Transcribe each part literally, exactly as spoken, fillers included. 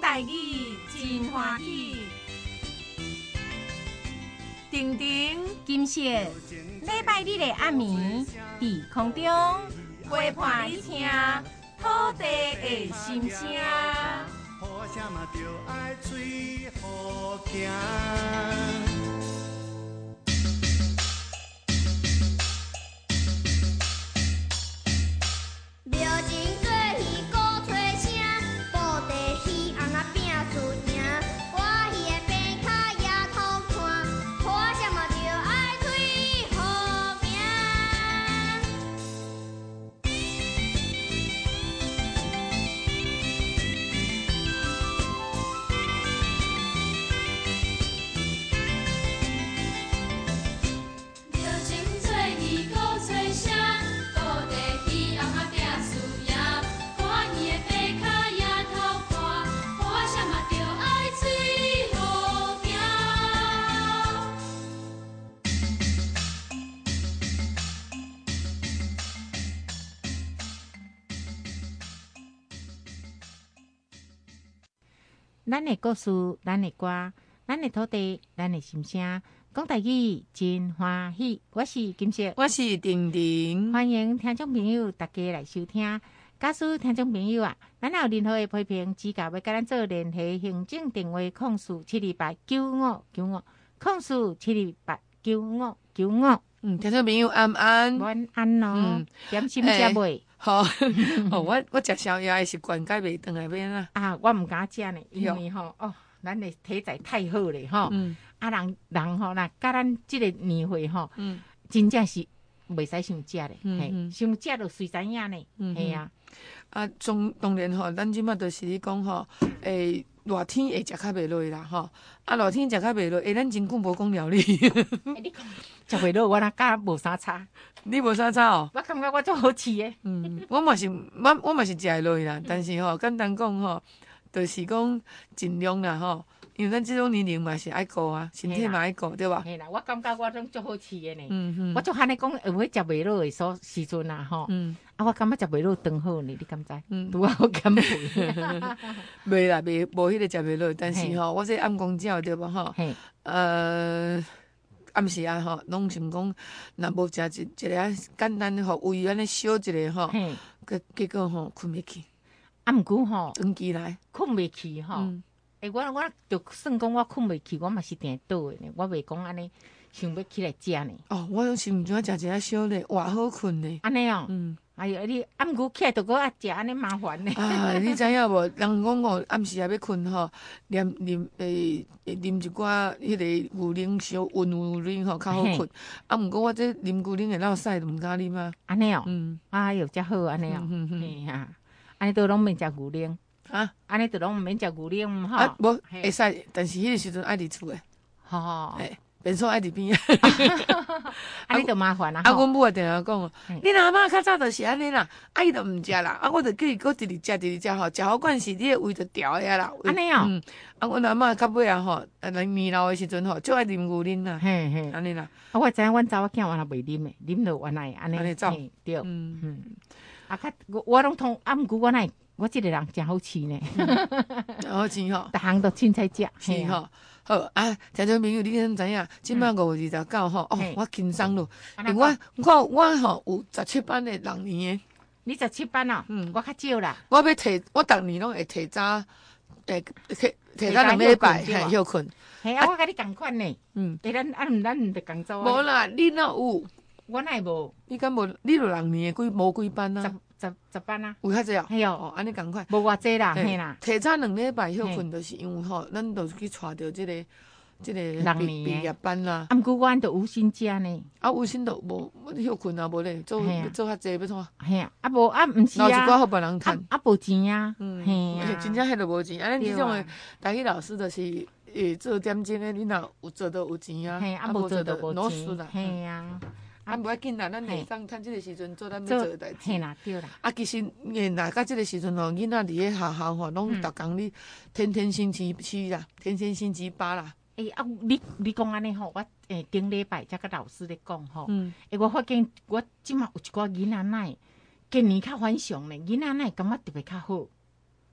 台语真欢喜。婷婷、金色，礼拜日的暗暝，伫空中陪伴你听土地的心声。 好声嘛就爱吹好行。 咱的故事，咱的歌，咱的土地，咱的心声，讲台语真欢喜。我是金色， 我是婷婷， 欢迎听众朋友大家来收听。假使听众朋友啊，咱有任何的批评指教，要甲咱做联系，行政电话控诉七二八九五九五，控诉七二八九五九五。 嗯，听众朋友安安， 晚安咯。嗯，点心食未？ 好，哦，我我食宵夜的习惯改袂转来免啦。 啊，我毋敢食呢，因为吼，哦，咱的体质太好咧，吼。嗯。啊，人人吼，若甲咱即个年岁吼，嗯，真正是袂使伤食咧，嘿，伤食就随知影呢，嘿啊。 啊，当当然吼，咱即马就是咧讲吼，诶，热天会食较袂落啦，吼。啊，热天食较袂落，诶，咱真久无讲料理。 你讲食袂落，我若敢无啥差。 你无啥差哦？ 我感觉我足好吃诶。 嗯，我嘛是，我我嘛是食会落啦，但是吼，简单讲吼，就是讲尽量啦吼，因为咱即种年龄嘛是爱顾啊，身体嘛爱顾，对吧？ 嘿啦，我感觉我种足好吃诶呢。嗯嗯。我足罕尼讲，有要食袂落诶所时阵啊吼。嗯。啊，我感觉食袂落当好呢，你敢知？嗯。拄啊好减肥。 袂啦，袂无迄个食袂落，但是吼，我这暗光照对吧吼？嘿。呃。暗时啊吼，拢想讲，若无食一一个简单吼胃安尼小一个吼，结结果吼困袂去。 啊，毋过吼， 长期来困袂去吼。诶，我我就算讲我困袂去，我嘛是定倒诶呢，我袂讲安尼想要起来食呢。 哦，我是毋想食一个小咧，偌好困呢。 安尼哦。嗯。哎哟，你暗晡起来就搁啊食安尼麻烦呢。 啊，你知影无？人讲哦，暗时也要困吼，啉啉诶，啉一寡迄个牛奶小温牛奶吼，较好困。啊，毋过我这啉牛奶会落屎，就毋敢啉啊。 安尼哦。嗯。哎哟，遮好安尼哦。嗯嗯。嘿哈，安尼都拢免食牛奶。啊。安尼都拢毋免食牛奶吼。 啊，无会使，但是迄个时阵爱伫厝诶。 吼。 诶。便所爱伫边啊， 啊，你就麻烦啦。 啊，阮母也定定讲哦，你阿嬷较早就是安尼啦，啊，伊就毋食啦，啊，我就叫伊搁直直食，直直食吼，食好惯势，你的胃就调遐啦。 安尼哦， 嗯，啊，阮阿嬷较尾啊吼，啊，年老的时阵吼，就爱啉牛奶啦，嘿嘿，安尼啦。 啊，我知影阮查某囝原来袂啉的，啉着原来安尼。 安尼走， 对，嗯嗯。啊，较我我拢通，啊，毋过我乃我即个人真好饲呢， 真好饲吼， 逐项都凊彩食， 是吼。好啊，听众朋友，你敢知影？即摆五月二十九吼，哦，我轻松咯，因为我我我吼有十七班的六年的， 你十七班哦，嗯，我较少啦。 我要提，我逐年拢会提早，诶，提提早两礼拜嘿休困。 嘿啊，我甲你共款呢，嗯，诶，咱啊毋咱毋得共做啊。 无啦，你哪有？ 我乃无。 你敢无？你著六年的几无几班啊？ 十十班啊， 有较济啊， 系哦， 安尼共款， 无偌济啦，嘿啦。 提早两礼拜休困，就是因为吼，咱都去带着即个即个毕毕业班啦。 啊，毋过阮都有薪食呢。 啊，有薪都无休困啊，无咧，做做较济要怎？ 嘿啊，啊无啊，毋是啊。 留一寡互别人趁。 啊，无钱啊。嗯。嘿啊。 真正迄都无钱，安尼即种诶，台语老师就是诶做点钟诶，你若有做到有钱啊。 嘿啊，无做到无钱。 嘿啊。 啊，无要紧啦，咱会当趁即个时阵做咱要做诶代志。 嘿啦，对啦。 啊，其实诶，若到即个时阵吼，囡仔伫咧学校吼，拢逐工咧天天星期七啦，天天星期八啦。 诶啊，你你讲安尼吼，我诶顶礼拜才甲老师咧讲吼，诶，我发现我即马有一寡囡仔奶，今年较反常咧，囡仔奶感觉特别较好。 啊，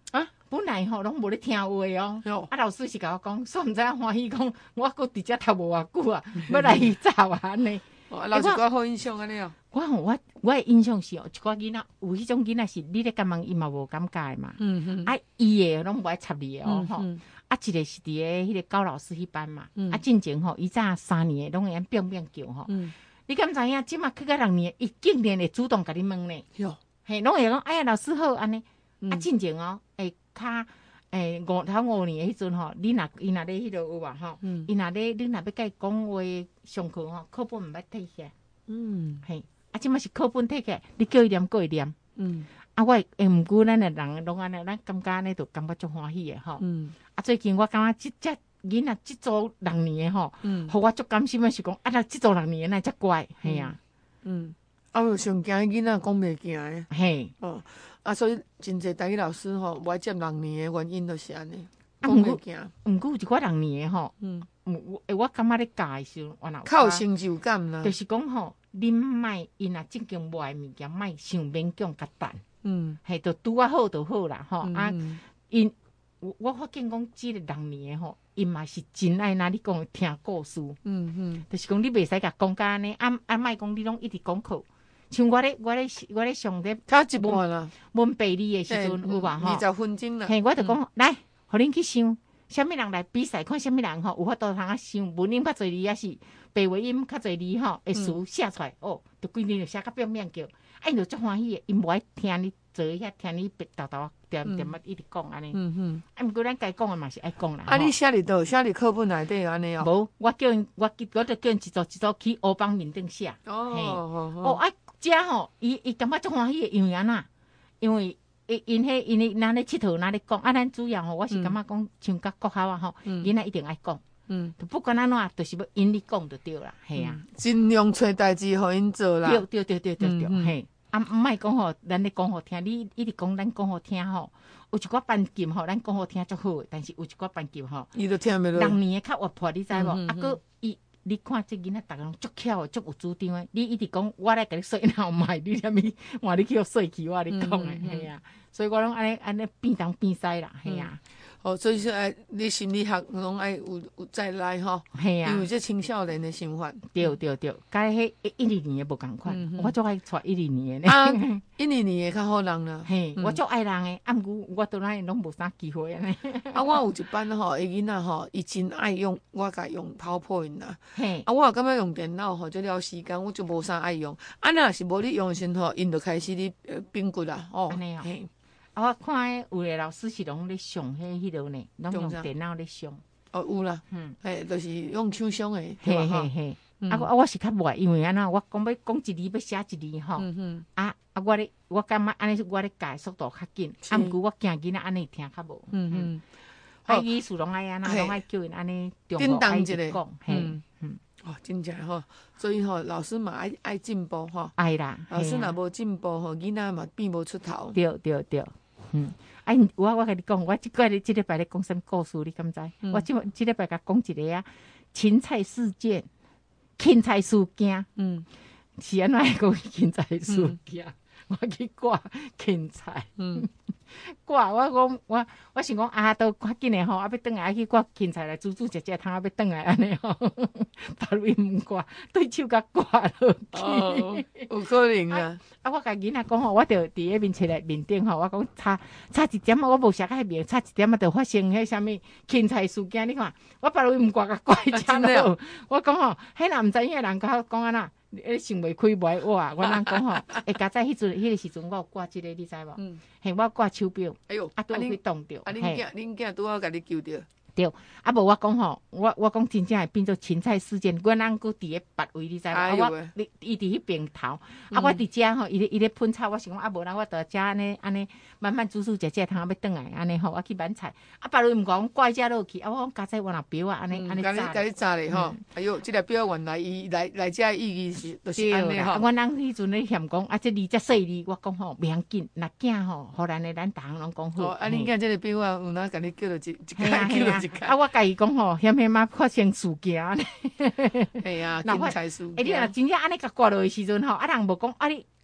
本来吼拢无咧听话哦，啊老师是甲我讲，煞毋知影欢喜讲，我搁伫遮读无偌久啊，要来去走啊安尼。 老师我好印象安尼哦。 我吼我我的印象是哦，一寡囡仔有迄种囡仔是你咧感问伊嘛无感觉的嘛。嗯嗯。啊伊的拢无爱插你的哦吼。啊一个是伫个迄个高老师迄班嘛。嗯。啊进前吼，伊早三年的拢会安变变叫吼。嗯。你敢知影？即马去到六年，伊竟然会主动甲你问呢。哟。嘿，拢会讲哎呀老师好安尼。啊进前哦，会较。诶，五头五年迄阵吼，你若伊若咧迄落有啊吼，伊若咧你若要甲伊讲话上课吼，课本毋捌摕起来。嗯，嘿，啊，即马是课本摕起来，你叫伊念，叫伊念。嗯，啊，我诶，毋过咱诶人拢安尼，咱感觉安尼就感觉足欢喜诶吼。嗯，啊，最近我感觉即只囡仔即组六年诶吼，嗯，互我足甘心诶是讲，啊，若即组六年诶，那遮乖，嘿啊，嗯， 啊，有上惊囡仔讲袂惊诶， 嘿， 哦。啊，所以真侪台语老师吼，无爱接六年的原因就是安尼，讲袂惊。 毋过有一寡六年的吼，嗯，我我感觉咧教的时候，我若较有成就感啦。 就是讲吼，恁莫因若正经无爱物件，莫想勉强甲等，嗯，嘿，就拄啊好就好啦，吼、嗯、啊，因我我发现讲，即个六年的吼，因嘛是真爱拿你讲听故事，嗯嗯，就是讲你袂使甲讲甲安尼，啊啊，莫讲你拢一直讲课。像我咧，我咧，我咧上咧， 差一半啦。 问白字的时阵有吧？吼， 二十分钟啦。 嘿，我就讲、嗯、来，互恁去想，虾米人来比赛，看虾米人吼有法度通啊想文音较侪字，也是白话音较侪字吼，会词写出来、嗯、哦，就规日就写甲变变叫，啊，因就足欢喜的，因无爱听你做遐，听你豆豆点点啊一直讲安尼。嗯嗯。啊，毋过咱该讲的嘛是爱讲啦。 啊，你写伫倒？写伫课本内底安尼哦。 无，我叫因，我我就叫因一组一组去黑板面顶写。哦哦哦。哦啊。遮吼，伊伊感觉足欢喜的，因为安那，因为因因迄因咧咱咧佚佗，咱咧讲，啊，咱主要吼，我是感觉讲，像甲国校啊吼，囡仔一定爱讲，嗯，不管安怎，就是要因你讲就对啦，嘿啊， 尽量找代志互因做啦， 对对对对对对，嘿，啊，毋莫讲吼，咱咧讲好听，你一直讲咱讲好听吼，有一寡班级吼，咱讲好听足好，但是有一寡班级吼， 伊都听袂落， 六年的较活泼，你知无？啊，佮伊。你看这囡仔，逐个拢足巧的，足有主张的。你一直讲，我来甲你说，哪有卖？你踮咪换你去说去，我你讲的，嘿啊。所以我拢安尼安尼变东变西啦，嘿啊。 哦，所以说爱你心理学拢爱有有再来吼，嘿啊。因为这青少年的想法， 对对对，甲迄一二年的无共款，我足爱带一二年的。 啊，一二年的较好人啦， 嘿，我足爱人的，啊，毋过我倒来拢无啥机会安尼。 啊，我有一班吼，伊囡仔吼，伊真爱用，我甲用 PowerPoint 啦。嘿，啊，我也感觉用电脑吼，就了时间，我就无啥爱用。啊，若是无你用的时吼，因就开始咧变骨啦，哦。安尼哦。 啊，我看诶，有诶老师是拢咧上迄迄落呢，拢用电脑咧上。 哦，有啦，嗯，嘿，就是用手上诶， 嘿嘿嘿。啊，我我是较无，因为安那，我讲要讲一字要写一字吼。嗯嗯。啊啊，我咧，我感觉安尼，我咧教速度较紧，啊，毋过我惊囡仔安尼听较无。嗯嗯。啊，语速拢爱安那，拢爱叫因安尼中午爱讲，嘿。 嗯。哦，真正吼，所以吼，老师嘛爱爱进步吼。 爱啦。 老师若无进步吼，囡仔嘛变无出头。 对对对。嗯，啊，我我甲你讲，我即个即礼拜咧讲什么故事，你敢知？嗯、我即即礼拜甲讲一个啊，芹菜事件，芹菜事件，嗯，是安怎会讲芹菜事件？嗯、我去挂芹菜，嗯，挂我讲我我想讲啊，都赶紧诶吼，啊要转来去挂芹菜来煮煮食食，通啊要转来安尼吼，把位毋挂，对手甲挂落去。 哦，有可能啊。 啊，我甲囡仔讲吼，我着伫迄面册内面顶吼，我讲差差一点啊，我无写到迄面，差一点啊，着发生迄啥物芹菜事件。你看，我把位毋挂甲挂遮落。我讲吼，迄若毋知影人甲我讲安那。诶，想袂开袂活，我人讲吼，会加在迄阵，迄个时阵我有挂即个，你知无？嗯，嘿，我挂手表，哎哟，啊，拄有去动着， 啊，恁囝，恁囝拄好甲你救着。 对，啊无我讲吼，我我讲真正会变做芹菜事件，阮人佫伫个别位，你知无？啊，我你伊伫迄边头，啊，我伫遮吼，伊咧伊咧喷草，我想讲啊，无人我伫遮安尼安尼慢慢煮煮食食，通要转来安尼吼，我去买菜，啊，别位毋讲挂遮落去，啊，我讲加在我那表啊，安尼安尼炸。 甲你炸咧吼，哎哟，即个表原来伊来来遮意义是就是安尼吼。 阮人迄阵咧嫌讲啊，这字遮细字，我讲吼袂要紧，若囝吼，互咱诶咱逐项拢讲好。 哦，啊，恁囝即个表啊，有哪甲你叫着一一家叫着。 啊，我甲伊讲吼，险险嘛发生事件安尼。 系啊，芹菜事件。 哎，你若真正安尼甲挂落的时阵吼，啊人无讲，啊你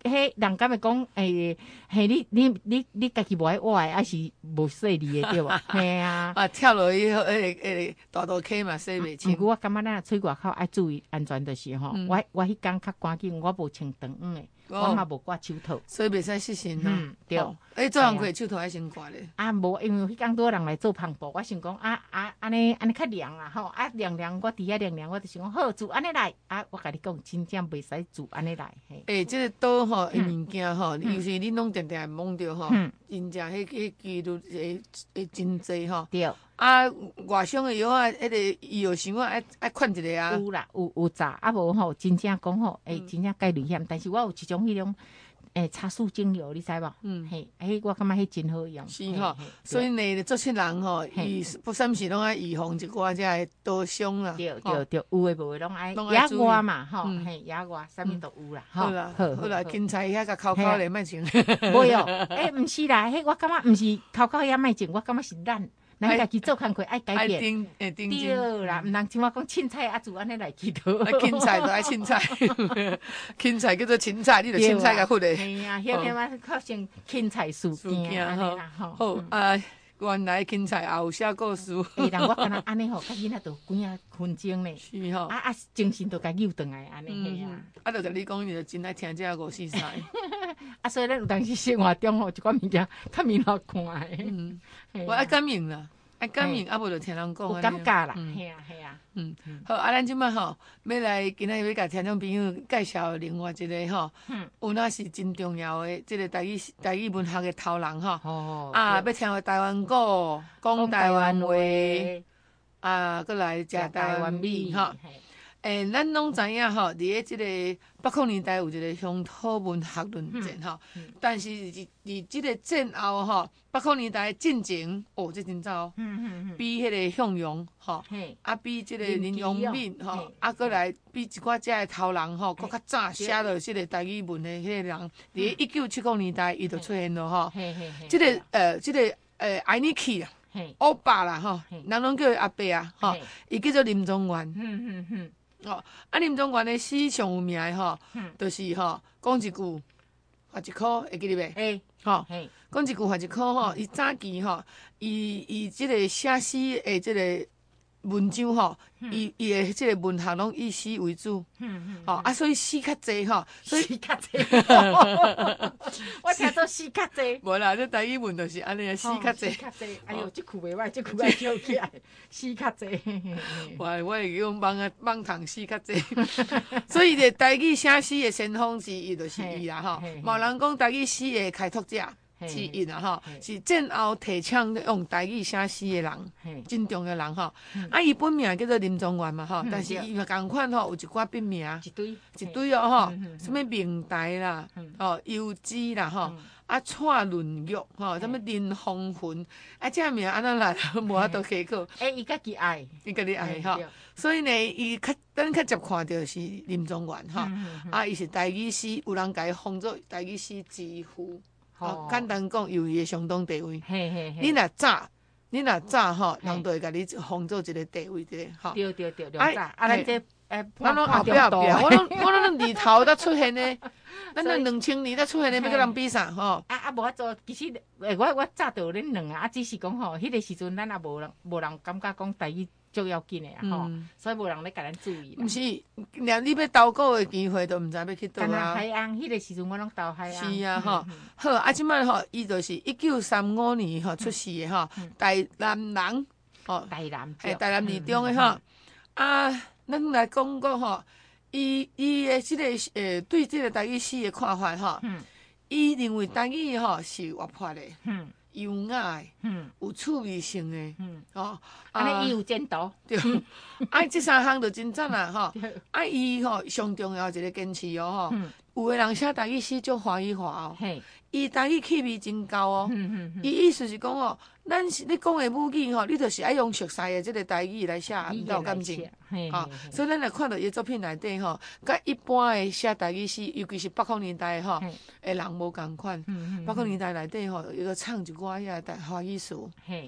迄人敢会讲，诶，嘿，你你你你家己无爱活的，还是无细腻的对无？嘿啊， 啊，跳落去迄个迄个大道溪嘛，洗袂清。 不过我感觉咱出外口爱注意安全，就是吼， 嗯、 我我迄天较赶紧，我无穿长裤的，哦、我嘛无挂手套， 所以袂使失身咯。 嗯，对。 哦诶，做人过手套爱先挂咧。 啊，无，因为迄天多人来做磅礴，我想讲啊啊，安尼安尼较凉啊吼，啊凉凉，我伫遐凉凉，我就想讲好住安尼来啊，我甲你讲，真正袂使住安尼来。嘿， 诶、欸，即、這个岛吼，诶物件吼，尤其恁拢定定摸着吼，真正迄迄几率会会真济吼。 对。 啊，外伤的药啊，迄个药箱啊，爱爱款一个啊。 有啦，有有炸，啊无吼，真正讲吼，诶、欸，真正介危险。但是我有一种迄种。诶，茶树精油你知无？嗯，嘿，迄我感觉迄真好用。 是吼，所以呢，做七人吼，伊不三时拢爱预防一寡遮个刀伤啦。 对对对，有诶无诶拢爱。野外嘛，吼，嘿，野外啥物都有啦。 好啦，好啦，芹菜遐个口口咧，莫种。 无哟，诶，毋是啦，迄我感觉毋是口口遐莫种，我感觉是咱。咱家己做工课爱改变，对啦，毋通像我讲凊彩啊煮安尼来去倒。 芹菜就爱凊菜，芹菜叫做芹菜，你著凊菜甲烀咧。 嘿啊，遐个嘛发生芹菜事件安尼啦吼。 好啊，原来芹菜也有写故事。 伊人我感觉安尼吼，甲囡仔都几啊分钟咧。 是吼。 啊啊，精神都甲扭转来安尼嘿啊。 啊，就甲你讲，你就真爱听这五四三。 啊，所以咱有当时生活中吼，一寡物件较面好看诶。 嗯，我爱感应啦。爱感应，啊无就听人讲。 有感觉啦，系啊系啊。 嗯，好，啊，咱即摆吼，要来今仔日要甲听众朋友介绍另外一个吼，有那是真重要的，即个台语台语文学的头人吼。哦。啊，要听台湾歌，讲台湾话，啊，搁来食台湾米吼。诶，咱拢知影吼，伫咧即个北控年代有一个乡土文学论战吼，嗯嗯、但是伫伫即个战后吼，北控年代进前，哦，这真早，嗯嗯嗯、比迄个向阳吼，啊比即个林阳敏吼，啊搁来比一寡遮个头人吼，搁较早写落即个台语文的迄个人，伫咧一九七零年代伊就出现了吼，即个呃即个呃艾尼基啊，欧巴啦吼，人拢叫伊阿伯啊，吼，伊叫做林宗元。嗯嗯嗯哦，啊，林宗元的诗上有名的吼，嗯、就是吼讲一句罚一箍，会记得袂？诶，吼，讲一句罚一箍吼，伊早期吼，伊伊即个写诗的即个文章吼，伊伊的即个文学拢以诗为主，吼啊，所以诗较济吼，所以诗较济，我听做诗较济， 无啦，这台语文就是安尼，诗较济， 较济，哎呦，即句袂歹，即句爱叫起来，诗较济， 我我会用网啊网堂诗较济，所以咧台语写诗的先锋之一就是伊啦吼，某人讲台语诗的开拓者。之一啦吼，是战後提倡用台語寫詩的人，真重要人吼。啊，伊本名叫做林宗元嘛吼，但是伊嘛共款吼，有一寡筆名，一堆一堆哦吼，什麼明台啦，哦幽之啦吼，啊蔡論玉吼，什麼林風雲，啊這名安怎來無法度下口。 誒，伊家己愛， 伊家己愛吼，所以呢，伊較咱較接看到是林宗元吼，啊伊是台語詩，有人甲伊封做台語詩之父。哦，簡單講，有伊個相當地位。嘿嘿嘿。你若早，你若早吼，人就會甲你封做一個地位的吼。 對對對，兩早。啊，咱這誒， 我攏後壁後壁，我攏我攏二頭才出現呢。咱攏兩千年才出現呢，要甲人比啥吼？ 啊啊，無法做，其實誒，我我早就有恁兩個，啊，只是講吼，迄個時陣咱也無人無人感覺講台語足要緊誒啊吼，所以無人咧甲咱注意。 毋是，連你要投稿誒機會都毋知要去倒啊。 干那海洋，迄個時陣我攏投海洋。 是啊，吼，好啊，即擺吼，伊就是一九三五年吼出世誒吼，台南人，吼， 台南， 係台南二中誒吼。啊，咱來講講吼，伊伊誒即個誒對即個台語詩誒看法吼，伊認為台語吼是活潑誒。優雅誒，有趣味性誒，吼， 安尼伊有前途。 對，啊，即三項就真讚啦，吼，啊，伊吼上重要一個堅持哦，吼，有個人寫台語詩足華語化哦，伊台語氣味真高哦，伊意思是講哦，咱是你講誒母語吼，你就是愛用熟悉誒即個台語來寫，比較感情，吼，所以咱來看到伊作品內底吼，甲一般誒寫台語詩，尤其是北方年代吼，誒人無共款，北方年代內底吼，伊個唱一寡遐台華語詞，哦，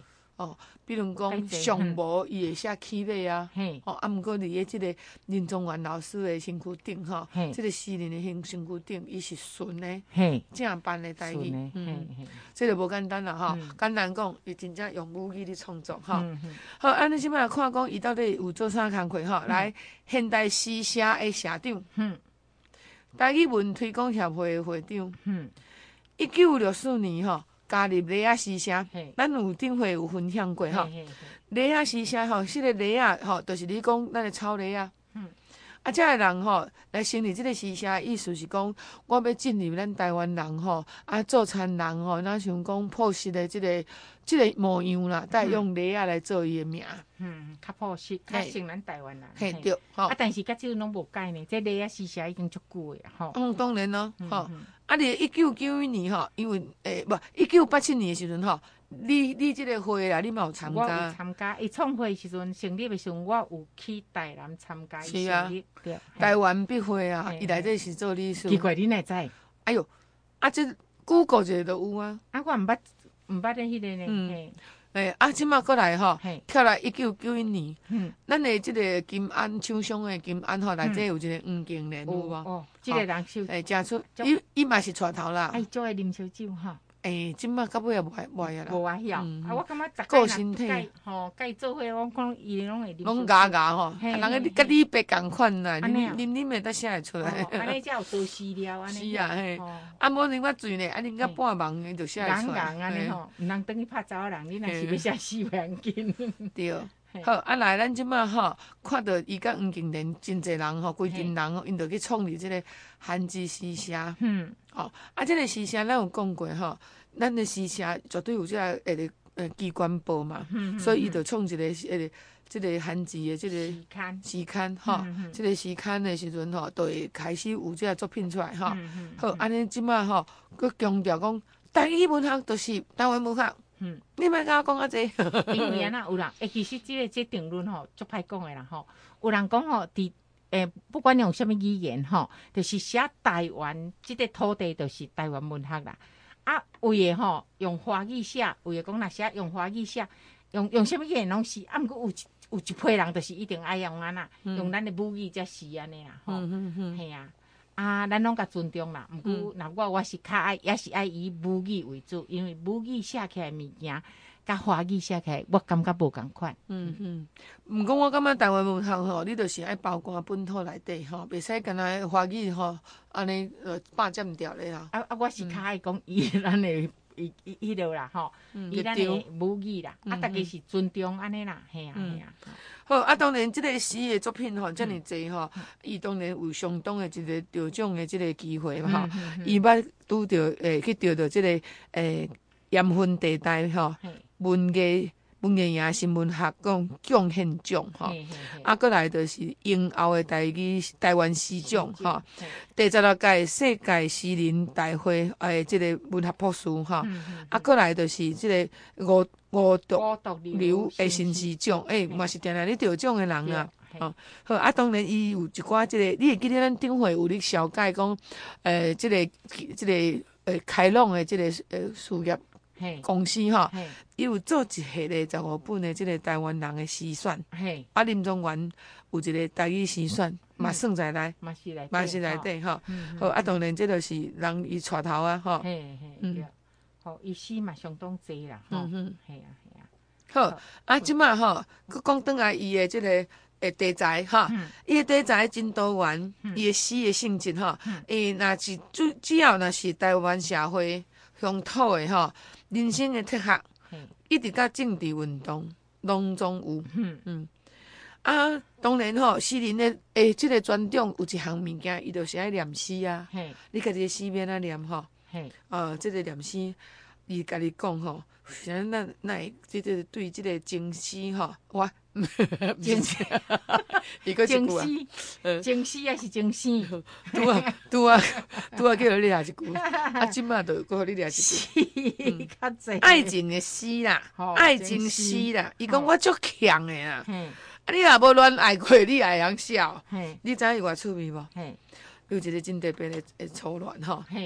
哦，比如讲上无伊会写起码啊，哦，啊，毋过伫咧即个林宗元老师的身躯顶吼，即个诗人的身身躯顶，伊是顺的，正版的台语，嗯，即个无简单啦吼，简单讲，伊真正用母语咧创作吼。好，安尼即摆来看讲，伊到底有做啥工课吼？来，现代诗社的社长，台语文推广协会的会长，一九六四年吼。加入雷亚诗社，咱有顶回有分享过吼。雷亚诗社吼，迄个雷亚吼，就是你讲咱的草雷亚。啊，遮个人吼来成立即个诗社，意思是讲，我要进入咱台湾人吼，啊，做餐人吼，咱想讲朴实的即个即个模样啦，带用雷亚来做伊的名。 嗯，较朴实，较像咱台湾人。 嘿，对。吼， 啊，但是甲即种拢无改呢，这雷亚诗社已经足久的吼。 嗯，当然咯，吼。啊！你一九九一年吼，因为诶，不，一九八七年的时阵吼，你你即个会啦，你嘛有参加？ 我有参加。伊创会时阵成立的时阵，我有去台南参加。 是啊，台湾笔会啊，伊内底是做理事。 奇怪，你哪知？ 哎哟，啊，这古国一个都有啊。 啊，我毋捌，毋捌咧迄个呢。嗯。 诶，啊，即马过来吼，跳来一九九一年，咱的即个金安厂商的金安吼，内底有一个黄敬连有无？ 哦，即个人手， 诶，诚出，伊伊嘛是带头啦。 哎，做爱啉烧酒吼。 诶，即马到尾也无爱无爱啊啦。 无爱晓，啊，我感觉十个身体， 吼，甲伊做伙，我讲伊拢会啉。 拢牙牙吼，人个甲你白共款啦，啉啉啉的，才写会出来。 安尼才有做饲料安尼。 是啊，嘿，啊，无啉我醉呢，啊，啉到半梦，伊就写会出来。 人人安尼吼，毋通等去拍查某人，你若是要写诗袂要紧。 对。好，啊来，咱即马吼，看到伊甲黄敬连真侪人吼，规群人吼，因着去创立即个韩之诗社。嗯。哦，啊，即个诗社咱有讲过吼，咱的诗社绝对有即个诶诶机关报嘛，所以伊着创一个诶即个韩字的即个时刊， 时刊吼，即个时刊的时阵吼，就会开始有即个作品出来吼。好，安尼即马吼，佮强调讲，台语文学就是台湾文学。嗯，你莫甲我讲啊这， 因为安那有人，诶，其实即个即定论吼，足歹讲诶啦吼。有人讲吼，伫诶，不管用什么语言吼，就是写台湾即个土地，就是台湾文学啦。啊，有诶吼，用华语写，有诶讲若写用华语写，用用什么语言拢是，啊，毋过有一有一批人，就是一定爱用安那，用咱诶母语才是安尼啦，吼，系啊。啊，咱拢甲尊重啦。毋过，若我我是较爱，也是爱以母语为主，因为母语写起来物件，甲华语写起来，我感觉无共款。 嗯嗯。毋过我感觉台湾文学吼，你就是爱包括本土内底吼，袂使干那华语吼，安尼呃霸占掉咧啦。 啊啊，我是较爱讲伊咱诶伊伊迄落啦吼，伊咱诶母语啦，啊，逐个是尊重安尼啦，嘿啊嘿啊。 好啊，当然，即个诗的作品吼，遮尔济吼，伊当然有相当的一个得奖的即个机会嘛吼。伊捌拄着诶，去得到即个诶盐分地带吼文艺文艺呀新闻学讲奖献奖吼。啊，过来就是英后的台语台湾诗奖吼。第十六届世界诗人大会诶，即个文学博士吼。啊，过来就是即个五。五毒瘤的新诗奖，诶，嘛是定定咧得奖的人啊。吼，好啊，当然伊有一寡即个，你会记得咱顶会有咧小解讲，诶，即个即个诶开朗的即个诶事业公司吼，伊有做一系列十五本的即个台湾人的诗选，啊，林宗元有一个台语诗选，嘛算在内，嘛是内，嘛是内底吼。好啊，当然这就是人伊带头啊，吼。 嗯。吼，伊诗嘛相当济啦，吼，系啊系啊。 好，啊，即马吼，佮讲转来伊的即个诶题材哈，伊的题材真多元，伊的诗的性质吼，诶，若是主只要若是台湾社会乡土的吼，人生的特色，一直到政治运动，拢总有。嗯嗯。啊，当然吼，诗人的诶，即个专长有一项物件，伊就是爱念诗啊。你家己的诗要安念吼？呃，即个念诗，伊家己讲吼，像咱咱会即个对即个情诗吼，我情诗， 伊个情诗，情诗也是情诗， 拄啊拄啊拄啊，叫你掠一句，啊，即摆就叫你掠一句， 较济爱情的诗啦，爱情诗啦，伊讲我足强的啦，啊，你若无恋爱过，你会晓笑，你知影伊偌趣味无？有一个真特别的诶初恋吼。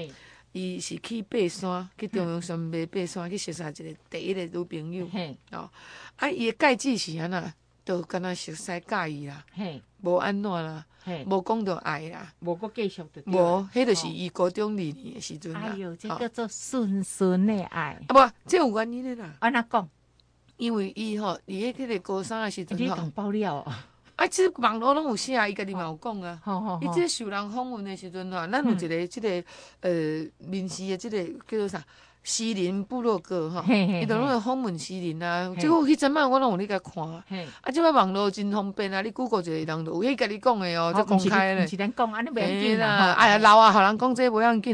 伊是去爬山，去中央山脉爬山，去熟识一个第一个女朋友。哦，啊，伊的介志是安那，就敢若熟悉介意啦，无安怎啦，无讲到爱啦， 无搁继续的。 无，迄就是伊高中二年的时阵啦。 哎呦，这叫做纯纯的爱。 啊不，这有原因的啦。 安怎讲？ 因为伊吼，伊迄个高三的时阵吼， 你讲爆料哦。 啊，即网络拢有写，伊家己嘛有讲啊。伊即受人访问的时阵吼，咱有一个即个呃民视的即个叫做啥诗人部落格吼，伊都拢会访问诗人啊。结果迄阵仔我拢有咧甲看，啊，即摆网络真方便啊，你 Google 一个人就有迄家己讲的哦，即公开咧。 毋是咱讲，安尼袂要紧啦。哎呀，老啊，互人讲这无要紧。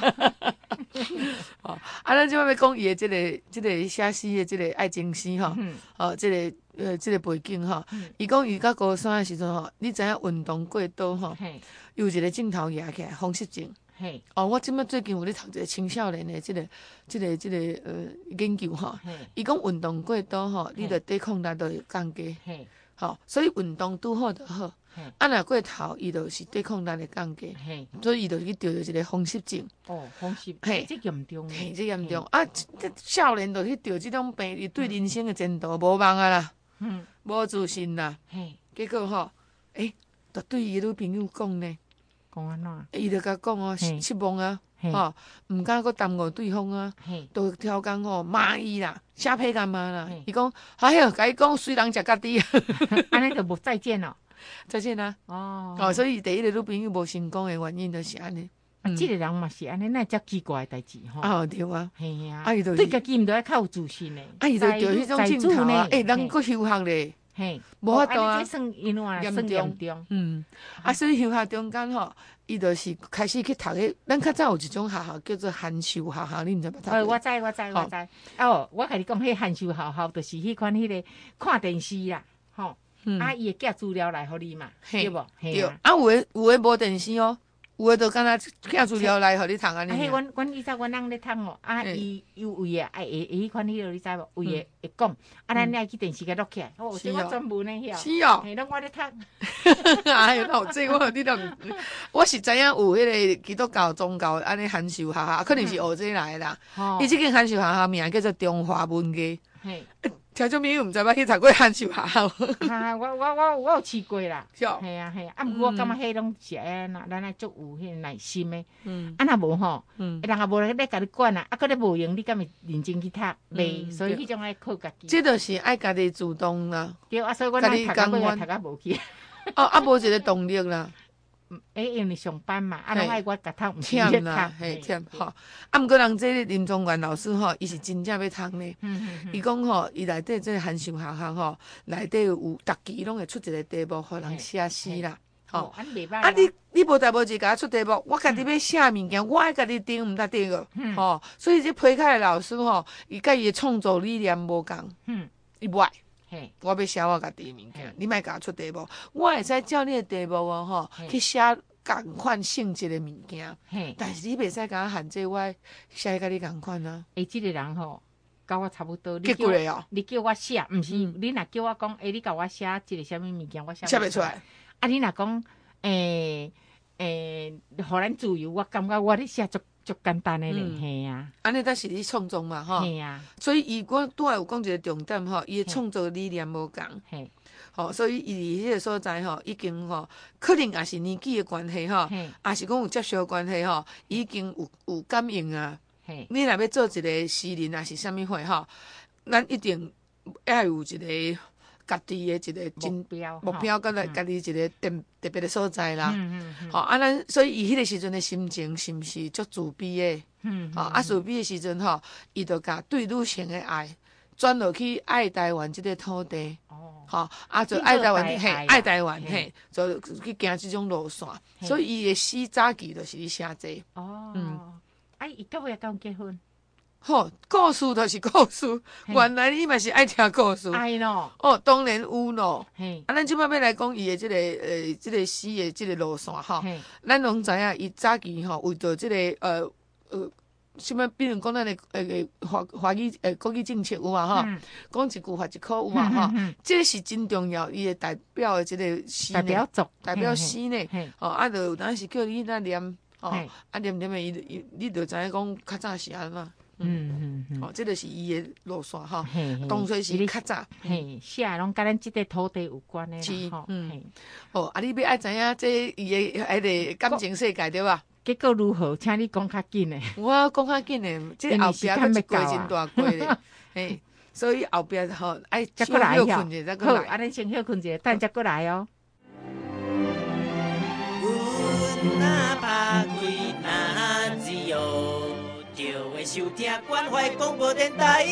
哦，啊，咱即摆要讲伊的即个即个写诗的即个爱情诗吼，哦，即个。呃，即个背景吼，伊讲伊到高三的时阵吼，你知影运动过度吼，有一个镜头压起来，风湿症。哦，我即摆最近有咧读一个青少年的即个、即个、即个呃研究吼，伊讲运动过度吼，你着抵抗力就会降低。吼，所以运动拄好就好。啊，若过头，伊就是抵抗力会降低，所以伊就去得着一个风湿症。 哦，风湿，嘿，这严重， 嘿，这严重。啊，这少年就去得即种病，伊对人生的前途无望啊啦。嗯，无自信啦，结果吼，诶，就对伊女朋友讲呢， 讲安怎？ 伊就甲讲哦，失望啊，吼，毋敢搁耽误对方啊，都挑工吼骂伊啦，写批干嘛啦？伊讲，哎哟，甲伊讲，虽人食家己， 安尼就无再见咯， 再见啊！哦，哦，所以第一个女朋友无成功的原因就是安尼。 啊，即个人嘛是安尼，那遮奇怪的代志吼。 哦，对啊， 嘿啊，对家己毋着爱较有自信诶。 啊，伊就着迄种镜头啊，诶，人搁休学咧， 嘿， 无法度啊， 这算因为算严重。 嗯，啊，所以休学中间吼，伊就是开始去读迄，咱较早有一种学校叫做函授学校，你毋知捌读？ 呃，我知我知我知。哦，我甲你讲，迄函授学校就是迄款迄个看电视啦，吼，啊，伊会寄资料来互你嘛，对无？ 对，啊，有诶有诶无电视哦。有诶，就敢若寄资料来，互你读安尼。 啊，迄阮阮以前阮翁咧读哦，啊，伊有位啊，哎，会迄款迄落你知无？位会会讲，啊，咱爱去电视甲录起来，哦，这我专门咧晓。 是哦。 嘿，拢我咧读。 哎呦，那有这我你都，我是知影有迄个基督教宗教安尼函授学校，可能是学这来啦。哦。伊即间函授学校名叫做中华文艺。嘿。听众朋友毋知捌去读过函授学校？ 哈，我我我我有试过啦。是哦。系啊系啊，啊，毋过我感觉迄拢是安那，咱爱足有迄耐心的。嗯。啊，若无吼，嗯，人也无咧甲你管啊，啊，搁咧无用，你敢会认真去读？袂，所以迄种爱靠家己。 这就是爱家己主动啦。 对啊，所以我咱读到尾也读啊无去。 哦，啊，无一个动力啦。 诶，因为上班嘛，啊，拢爱我甲读，毋是忝啦，嘿，忝吼。啊，毋过人这林宗元老师吼，伊是真正要读呢。伊讲吼，伊内底这函授学校吼，内底有逐期拢会出一个题目，互人写诗啦。吼，啊，你你无代无志甲我出题目，我家己要写物件，我爱家己定，毋得定个。吼，所以这批开的老师吼，伊甲伊的创作理念无共。嗯，伊无爱。我要写我家己的物件，你莫甲我出题目，我会使照你的题目哦吼，去写共款性质的物件。但是你袂使甲我限制我写甲你共款啊。 诶，即个人吼，甲我差不多。 结过来哦。 你叫我写，毋是你若叫我讲，诶，你甲我写一个啥物物件，我写。 写袂出来。 啊，你若讲，诶诶，互咱自由，我感觉我咧写足。足简单的咧，嘿啊， 安尼才是你创作嘛，吼， 嘿啊， 所以伊我拄仔有讲一个重点吼，伊的创作理念无共，嘿，吼，所以伊伫迄个所在吼，已经吼，可能也是年纪的关系吼，也是讲有接受的关系吼，已经有有感应啊，嘿，你若要做一个诗人，还是啥物货吼，咱一定要有一个家己的一个目标， 目标，甲来家己一个特特别的所在啦。吼，啊，咱所以伊迄个时阵的心情是毋是足自卑的？嗯，吼，啊，自卑的时阵吼，伊就甲对女性的爱转落去爱台湾即个土地。哦，吼，啊，就爱台湾，嘿，爱台湾，嘿，就去行即种路线。所以伊的诗早期就是咧写这。哦， 嗯，啊，伊到尾敢结婚？ 吼，故事就是故事，原来你嘛是爱听故事。 爱咯。 哦，当然有咯。嘿，啊，咱即摆要来讲伊的即个呃，即个诗的即个路线吼。咱拢知影，伊早期吼为着即个呃呃，什么，比如讲咱的呃华华语呃国语政策有嘛吼，讲一句话一考有嘛吼，这是真重要，伊的代表的即个诗代表作， 代表诗呢。哦，啊，就有当时叫你那念。 吼，啊黏黏的伊伊，你就知影讲较早是安怎。 嗯嗯嗯， 哦，这就是伊的路线吼，当初是较早， 嘿，写拢甲咱即个土地有关的啦，吼， 嗯，哦，啊，你要爱知影这伊的迄个感情世界对吧？ 结果如何？请你讲较紧的。 我讲较紧的，这后壁佫一过真大过咧，嘿，所以后壁吼爱再过来休困者，再过来。 好，安尼先休困者，等再过来哦。 阮若拍开若自由。就会收听关怀广播电台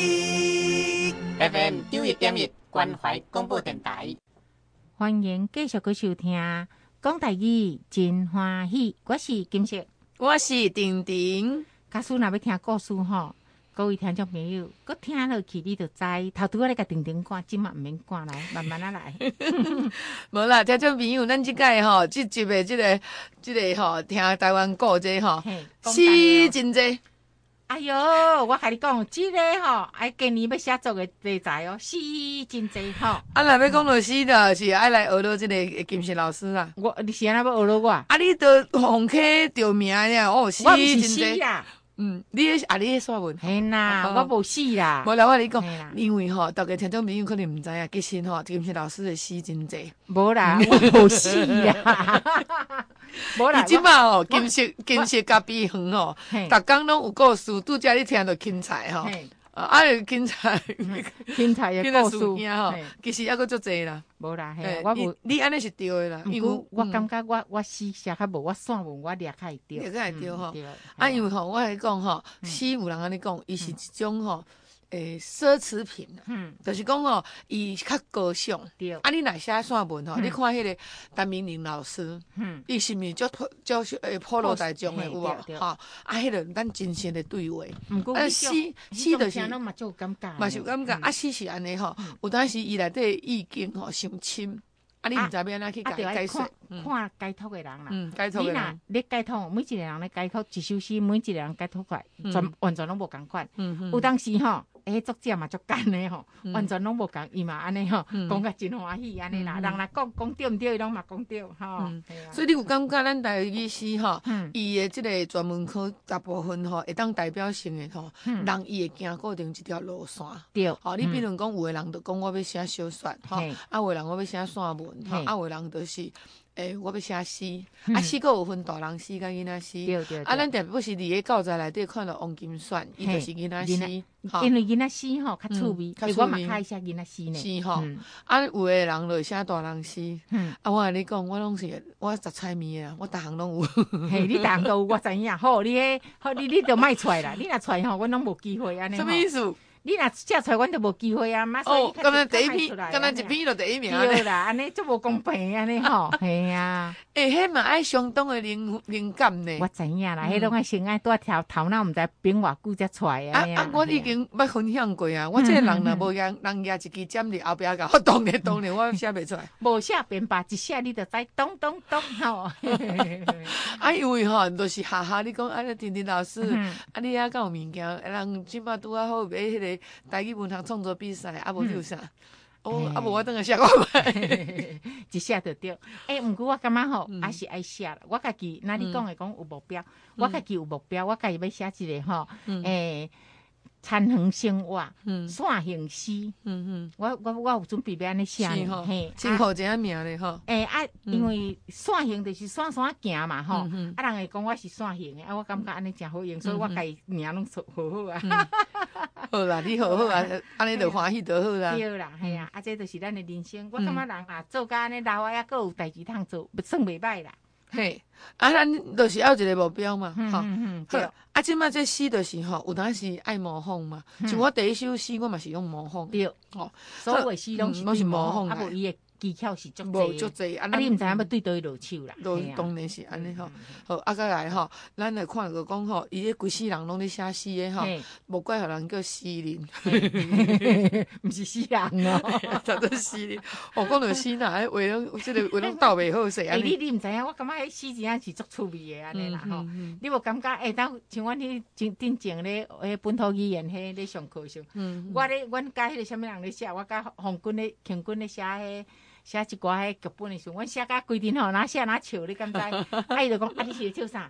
F M 九一点一关怀广播电台， 欢迎继续去收听讲台语真欢喜，我是金色， 我是婷婷。 假使若要听故事吼，各位听众朋友，佮听落去你就知，头拄我咧甲婷婷赶，今嘛毋免赶来，慢慢啊来。 无啦，听众朋友，咱即届吼，即集的即个即个吼，听台湾故事吼，是真济。 哎哟，我甲你讲，即、这个吼，哎，今年要写作的题材哦，诗真济吼。 啊，若要讲到诗的，是爱来学到即个金石老师啦。 我你是安那要学到我？啊， 你都红客着名呀，哦，诗真济啦。 嗯，你啊，你说文？ 嘿啦，我无诗啦。 无啦，我你讲，因为吼，大家听众朋友可能毋知影，其实吼，金石老师的诗真济。 无啦，我无诗啦。无啦， 伊即摆吼，金色金色咖啡园吼，逐工拢有故事，拄则你听到芹菜吼，啊，芹菜芹菜的故事吼，其实还佫足济啦。 无啦，嘿，我无你安尼是对的啦， 因为我感觉我我诗写较无，我散文我掠较会对， 掠较会对吼。啊，因为吼，我来讲吼，诗有人安尼讲，伊是一种吼。诶，奢侈品，嗯，就是讲吼，伊较高尚。对，啊，你若写散文吼，你看迄个陈明玲老师，嗯，伊是毋是足足诶普罗大众诶有无？吼，啊，迄个咱真实诶对话。啊，诗诗就是嘛就有感觉， 嘛是有感觉。啊，诗是安尼吼，有当时伊内底意境吼伤深。啊，你毋知要安怎去解解说？ 看解读诶人啦， 嗯，解读诶人， 你解读每一个人咧解读一首诗，每一个人解读出来，全完全拢无共款。有当时吼。诶，作者嘛足干的吼，完全拢无共，伊嘛安尼吼，讲甲真欢喜安尼啦。人若讲讲对毋对，伊拢嘛讲对吼。 所以你有感觉咱台语诗吼，伊的即个专门科大部分吼，会当代表性的吼，人伊会行固定一条路线。 对， 吼，你比如讲，有的人就讲我要写小说，吼，啊，有的人我要写散文，吼，啊，有的人就是。诶，我要写诗，啊，诗阁有分大人诗甲囡仔诗， 对对。 啊，咱特别是伫咧教材内底看到王金选，伊就是囡仔诗， 因为囡仔诗吼较趣味，我嘛较爱写囡仔诗呢。 是吼，啊，有的人就写大人诗，啊，我甲你讲，我拢是我十菜面啊，我逐项拢有。 嘿，你逐项都有，我知影。好，你迄好，你你著莫出来啦，你若出来吼，阮拢无机会安尼。 什么意思？ 你若写出来，阮就无机会啊！ 哦，敢若第一篇，敢若一篇就第一名对啦，安尼足无公平安尼吼，系啊。 诶，迄嘛爱相当的灵灵感呢。 我知影啦，迄拢爱先爱多条头脑，毋知编偌久才出来啊。 啊，我已经捌分享过啊。我这个人若无人人举一支针伫后壁甲我动咧动咧，我写袂出来。 无写编吧，一写你就知咚咚咚吼。 啊，因为吼，就是哈哈，你讲啊，婷婷老师，啊，你遐敢有物件，人即摆拄啊好买迄个。台语文学创作比赛，啊无有啥，哦，啊无我等下写我买， 一写就对。诶，毋过我感觉吼，还是爱写啦。我家己，那你讲诶讲有目标，我家己有目标，我家己要写一个吼，诶。田园生活，线形诗，嗯嗯，我我我有准备要安尼写呢， 嘿，真好一个名咧吼。 诶啊，因为线形就是线线行嘛吼，啊人会讲我是线形的，啊我感觉安尼真好用，所以我家己名拢好好啊。 好啦，你好好啊，安尼就欢喜就好啦。 对啦，系啊，啊这就是咱的人生。我感觉人啊做甲安尼老啊，还佫有代志通做，算袂歹啦。 嘿，啊，咱就是要一个目标嘛，吼。好，啊，即摆这诗就是吼，有当时爱模仿嘛。像我第一首诗，我嘛是用模仿。 对， 吼， 所有诗拢是模仿，啊，无伊的技巧是足无足济。 啊，你毋知影要对倒落手啦。 当然是安尼吼。好，啊，再来吼，咱来看个讲吼，伊咧规世人拢咧写诗诶吼，无怪互人叫诗人， 毋是诗人哦， 叫做诗人。哦，讲到诗呐，话拢即个话拢斗袂好势。 诶，你你毋知影，我感觉迄诗真正是足趣味诶安尼啦吼。你无感觉？诶，当像阮迄顶顶前咧，诶，本土语言迄咧上课上，我咧，阮甲迄个啥物人咧写，我甲洪军咧、庆军咧写迄。写一寡迄剧本的时候，阮写甲规定吼，哪写哪笑，你敢知？啊，伊就讲啊，你是咧笑啥？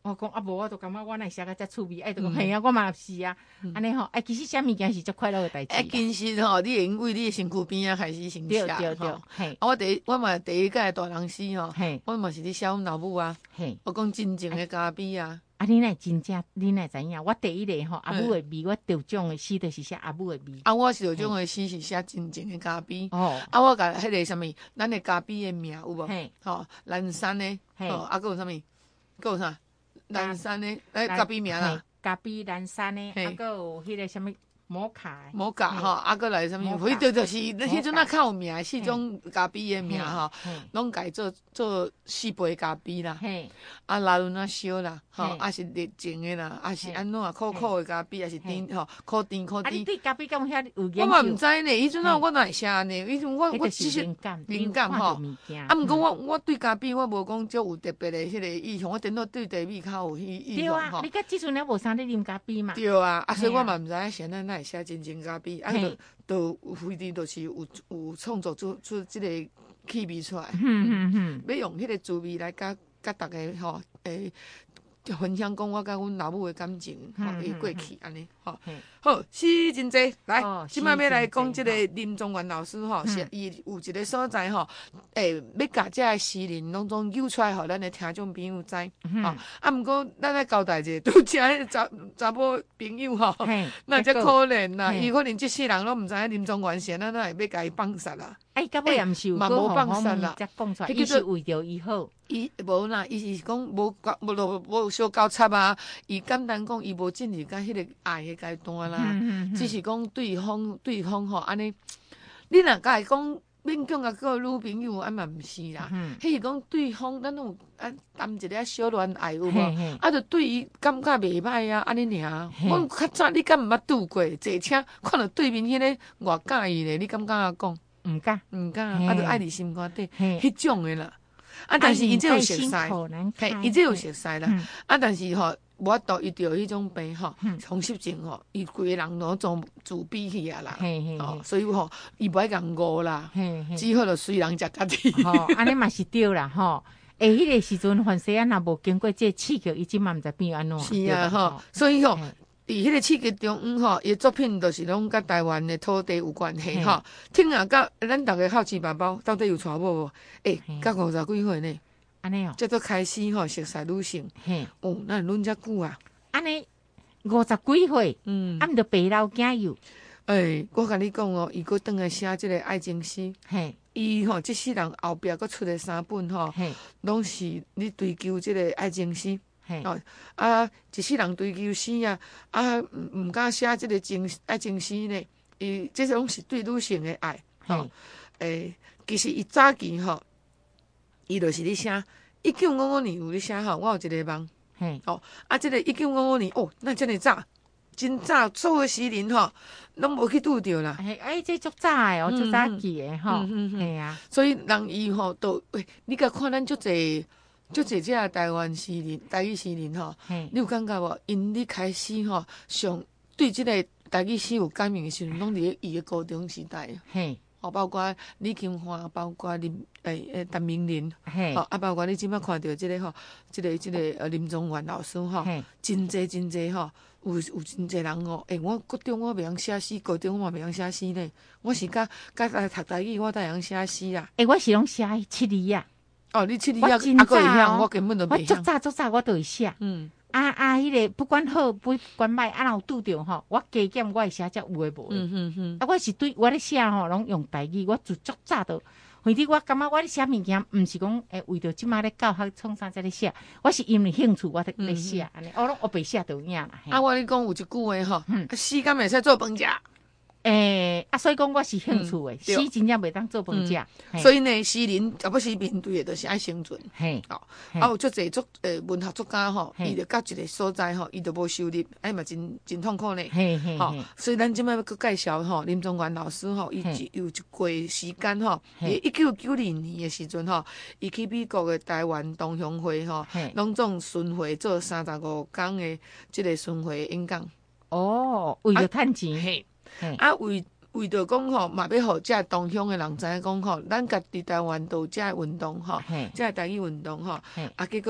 我讲啊，无我都感觉我若写甲遮趣味，哎，就讲嘿啊，我嘛是啊，安尼吼，哎，其实写物件是足快乐的代志。 哎，其实吼，你会用为你的身躯边啊开始先写， 对对对，嘿。 啊，我第一我嘛第一届大人诗吼， 嘿， 我嘛是咧写阮老母啊，嘿，我讲真情的咖啡啊。 啊，你若真正，你若知影，我第一个吼阿母的味，我得奖的诗就是写阿母的味。 啊，我是得奖的诗是写真情的咖啡。 哦， 啊，我甲迄个啥物，咱的咖啡的名有无？吼，蓝山的，吼，啊，佫有啥物？佫有啥？蓝山的，诶，咖啡名啦。 咖啡蓝山的，啊，佫有迄个啥物？摩卡， 摩卡吼，啊，佫来啥物？迄著就是迄阵啊，较有名四种咖啡的名吼，拢改做做四杯咖啡啦，啊，拉伦啊烧啦，吼，啊是热情的啦，啊是安怎啊苦苦的咖啡，啊是甜吼，苦甜苦甜。 啊，你对咖啡敢有遐有研究？ 我嘛毋知呢，迄阵啊，我哪会写呢？迄阵我我只是灵感， 灵感吼。啊，毋过我我对咖啡我无讲足有特别的迄个意向，我顶多对茶米较有意意向吼。对啊，你甲即阵了无啥咧啉咖啡嘛？ 对啊，啊，所以我嘛毋知影现在哪会写真情咖啡，啊，就就非得就是有有创作出出即个气味出来。嗯嗯嗯，要用迄个滋味来甲甲逐个吼诶。分享讲我甲阮老母的感情，吼，伊过去安尼，吼，好，诗真济，来，即摆要来讲即个林宗元老师吼，是伊有一个所在吼，诶，要甲遮个诗人拢总揪出来，互咱的听众朋友知，吼，啊，毋过咱来交代者，拄遮迄查查某朋友吼，那遮可怜啦，伊可能即世人拢毋知影林宗元是安怎会要甲伊放杀啦， 哎，到尾也毋是有嘛无放杀啦， 才讲出来，伊是为着伊好。 伊无啦，伊是讲无无无无小交叉啊。伊简单讲，伊无进入甲迄个爱的阶段啦，嗯嗯嗯、只是讲对方对方吼安尼。你若甲伊讲勉强啊个女朋友，啊嘛毋是啦。迄是讲对方，咱有啊谈一个小恋爱有无？啊，就对伊感觉袂歹啊，安尼尔。我较早你敢毋捌拄过？坐车看到对面迄个偌介意咧，你敢敢讲？ 毋敢， 毋敢，啊，就爱伫心肝底，迄种的啦。啊，但是伊这有熟悉，嘿，伊这有熟悉啦。嗯、啊，但是吼，无法度伊着迄种病吼，风湿症吼，伊规个人拢总自闭去啊啦。嘿嘿哦，所以吼，伊无爱共误啦。嘿嘿，只好就随人食家己。 吼，安尼嘛是对啦吼。诶，迄个时阵，凡西啊，若无经过这刺激，伊即嘛毋知变安怎。 是啊，吼，所以吼。伫迄个刺激中，嗯吼，伊作品都是拢甲台湾的土地有关系吼。听啊，甲咱逐个好奇宝宝到底有娶某无？诶，甲五十几岁呢？ 安尼哦， 这都开始吼熟悉女性。嘿，哦，那论遮久啊？ 安尼五十几岁，嗯，啊，毋着白老囝有。 诶，我甲你讲哦，伊佫转来写即个爱情诗。嘿，伊吼，即世人后壁佫出的三本吼，拢是你追求即个爱情诗。哦，啊，一世人追求死啊，啊，毋毋敢写即个情爱情诗呢？伊即种是对女性的爱，吼，诶，其实伊早期吼，伊就是咧写一九五五年有咧写吼，我有一个梦，嘿，哦，啊，即个一九五五年哦，那真诶早，真早，所有诗人吼，拢无去拄着啦。 哎，哎，这足早诶哦，足早记诶吼，系啊， 所以人伊吼都，喂，你甲看咱足济。就这只台湾诗人、台语诗人吼，你有感觉无？因你开始吼，上对即个台语诗有感应的时阵，拢伫伊的高中时代。嘿，哦，包括李金花，包括林诶诶陈明仁，嘿，哦，啊，包括你即摆看到即个吼，即个即个呃林宗元老师吼，真济真济吼，有有真济人哦。诶，我高中我袂晓写诗，高中我嘛袂晓写诗呢。我是甲甲来读台语，我才会晓写诗啊。 诶，我是拢写七字啊。 哦，你七字啊，啊个会晓，我根本都袂晓。 我足早足早我都会写。嗯。啊啊，迄个不管好不管歹，啊，若有拄着吼，我加减我会写只有诶无诶。嗯嗯嗯。啊，我是对我咧写吼，拢用台语，我就足早都。反正我感觉我咧写物件，毋是讲诶为着即马咧教学创啥才咧写，我是因为兴趣我咧写安尼，我拢学白写就有影啦。 啊，我咧讲有一句话吼，诗敢会使做饭食。 诶、欸，啊，所以讲我是兴趣诶，诗、嗯、真正袂当做饭食。 嗯、所以呢，诗人啊，不是面对诶，就是爱生存。嘿，哦，啊有足侪作诶文学作家吼，伊着到一个所在吼，伊着无收入，哎嘛真真痛苦呢。嘿嘿，吼、哦，所以咱即摆要佮介绍吼，林宗元老师吼，伊有一过时间吼，一九九零年诶时阵吼，伊去美国诶台湾同乡会吼，拢总巡回做三十五天诶，即个巡回演讲。 哦，为着趁钱。 嘿。啊，为为着讲吼，嘛要互遮同乡诶人知影讲吼，咱家己台湾都有遮运动吼，遮台语运动吼，啊，结果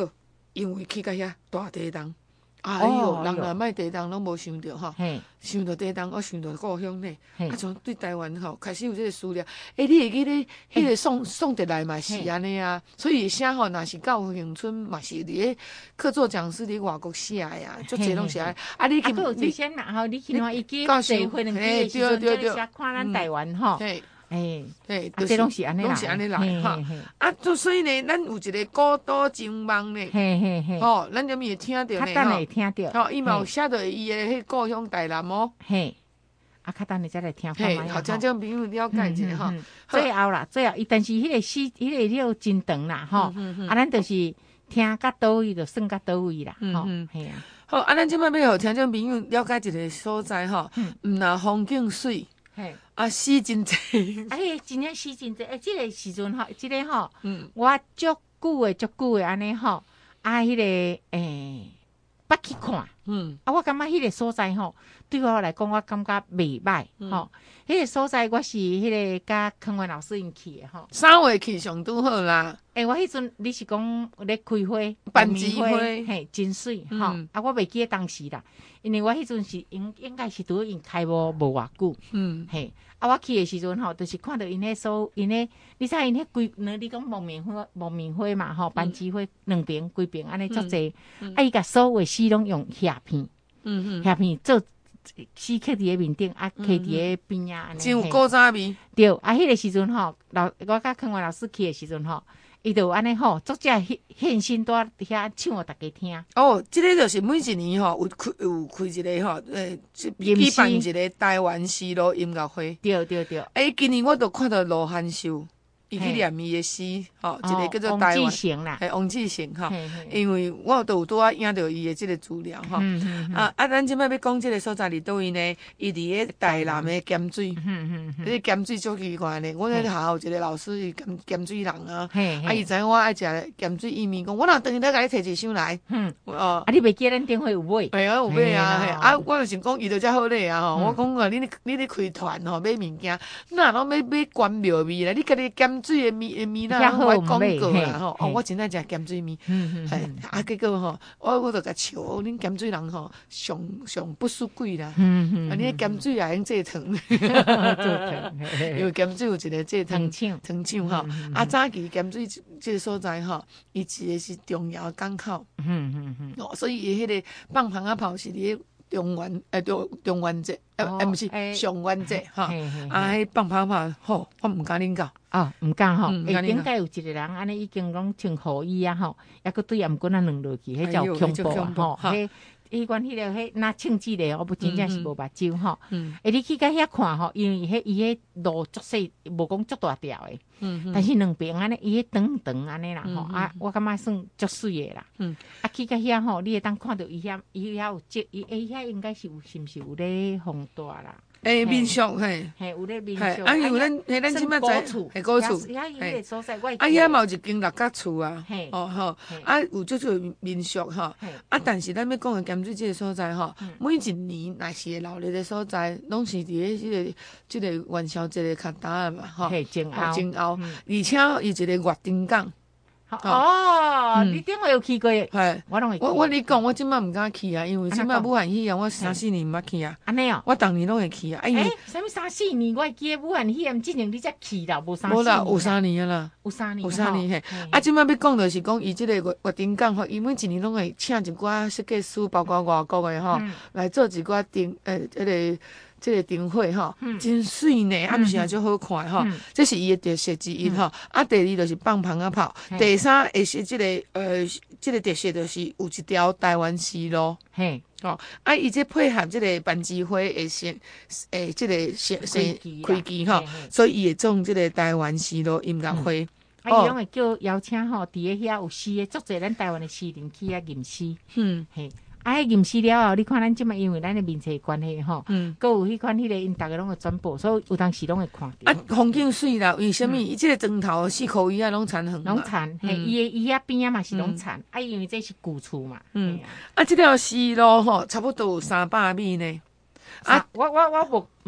因为去到遐大地动。哎哟，人若莫地动拢无想着吼，想到地动，我想到故乡呢。啊，从对台湾吼开始有这个思念。诶，你会记咧，迄个宋宋德来嘛是安尼啊。所以写吼，若是到恒春嘛是伫咧客座讲师伫外国写的啊，足侪拢是安尼。啊，你去你先拿吼，你去看伊记聚会两记的时阵，就咧写看咱台湾吼。诶， 对， 这拢是安尼来， 拢是安尼来哈。啊，所以呢，咱有一个古都情梦呢， 嘿嘿嘿， 吼，咱就咪会听到呢， 较等会听到， 吼，伊嘛有写到伊的迄故乡台南哦， 嘿，啊，较等下再来听看卖，好，将将朋友了解者哈。 最后啦，最后，伊但是迄个诗，迄个了真长啦，吼，啊，咱就是听到倒位就算到倒位啦，吼，嘿啊。 好，啊，咱即摆要互听众朋友了解一个所在吼，毋若风景水。啊，诗真济， 哎，真正诗真济。哎，即个时阵吼，即个吼，我足久诶，足久诶，安尼吼，啊，迄个诶，捌去看，嗯，啊，我感觉迄个所在吼，对我来讲，我感觉袂歹，吼，迄个所在我是迄个甲康源老师因去诶，吼， 三月去上拄好啦。 诶，我迄阵你是讲咧开花， 班枝花， 嘿，真水，吼，啊，我袂记得当时啦。因为我迄阵是应应该是拄因开幕无偌久，嗯，嘿，啊，我去的时阵吼，就是看到因迄所因迄，你知因迄规，你讲木棉花、木棉花嘛，吼，班枝花两边规边安尼足济，啊，伊甲所有诗拢用叶片，嗯嗯，叶片做诗刻伫咧面顶，啊，刻伫咧边啊，安尼， 真有古早味。 对，啊，迄个时阵吼，老我甲康源老师去的时阵吼。伊就安尼吼，作者现现身在遐唱互大家听。 哦，即个就是每一年吼有开有开一个吼，诶，举办一个台湾诗路音乐会。 对对对。 诶，今年我都看到罗汉秀，伊去念伊的诗，吼，一个叫做台湾， 王志成啦， 系王志成吼。因为我都有拄啊影到伊的即个资料吼。啊啊，咱即摆要讲即个所在伫倒位呢？伊伫咧台南的咸水。嗯嗯。迄咸水足奇怪呢，我咧学校有一个老师是咸咸水人啊。啊，伊知影我爱食咸水意面，讲我若等于咧甲你摕一箱来。嗯。哦。啊， 你袂记咱顶回有买？ 系啊，有买啊。啊，我就是讲伊就遮好咧啊吼。我讲啊，你你咧开团吼买物件，那拢要买关庙味啦，你家己咸水的面的面啦，我广告啦吼。哦，我真爱食咸水面。嗯嗯。系啊，结果吼，我我就甲笑，恁咸水人吼，上上不输贵啦。嗯嗯。啊，你咸水也用制糖。做糖。因为咸水有一个制糖厂，糖厂吼。啊，早期咸水这个所在吼，伊一个是重要港口。嗯嗯嗯。哦，所以伊迄个放螃仔炮是伫中元诶，中中元节，呃，诶，毋是上元节吼。啊，迄放螃仔炮，吼，我毋敢恁教。 哦，毋敢吼，诶，顶界有一个人安尼已经拢穿雨衣啊吼，抑佫对颔棍啊软落去，迄叫恐怖啊吼。迄迄款迄个迄那庆记咧，我不真正是无目睭吼。诶，你去甲遐看吼，因为迄伊迄路足细，无讲足大条诶。嗯。但是两边安尼，伊迄长长安尼啦吼，啊，我感觉算足水诶啦。嗯。啊，去甲遐吼，你会当看到伊遐，伊遐有积，伊伊遐应该是有，是毋是有咧风大啦？ 诶，民宿嘿， 嘿，有咧民宿， 啊，因为咱，嘿，咱即摆在，嘿，古厝，嘿，啊，遐嘛有一间六角厝啊，哦吼，啊，有足少民宿吼，啊，但是咱要讲的咸水即个所在吼，每一年若是会闹热的所在，拢是伫咧即个即个元宵节的较早嘛，吼， 前后， 前后，而且伊一个月丁港。 哦，你顶回有去过？ 系， 我拢会。 我我你讲，我即摆毋敢去啊，因为即摆武汉肺炎，我三四年毋捌去啊。 安尼哦， 我逐年拢会去啊。 哎，啥物三四年？我记武汉肺炎之前你才去啦，无三。 无啦，有三年啊啦。 有三年。 有三年嘿。啊，即摆要讲就是讲，伊即个月月丁港吼，伊每一年拢会请一寡设计师，包括外国的吼，来做一寡丁诶，迄个。即个灯会吼，真水呢，暗时也足好看吼。这是伊的特色之一吼。啊，第二就是放蜂仔炮，第三会是即个呃，即个特色就是有一条台湾丝路。嘿，哦，啊，伊这配合即个班枝花会先诶，即个先先开机吼，所以伊会种即个台湾丝路音乐会。 啊，伊拢会叫邀请吼，伫咧遐有诗的，足侪咱台湾的诗人去遐吟诗。嗯，嘿。啊，迄吟诗了后，你看咱即摆因为咱的面册关系吼，嗯，佮有迄款迄个因逐个拢会转播，所以有当时拢会看到。 啊，风景水啦，为虾米？伊即个砖头四箍伊啊，拢残痕。 拢残，嘿，伊的伊遐边啊嘛是拢残，啊，因为这是古厝嘛。嗯。 啊，即条丝路吼，差不多有三百米呢。 啊，我我我无毋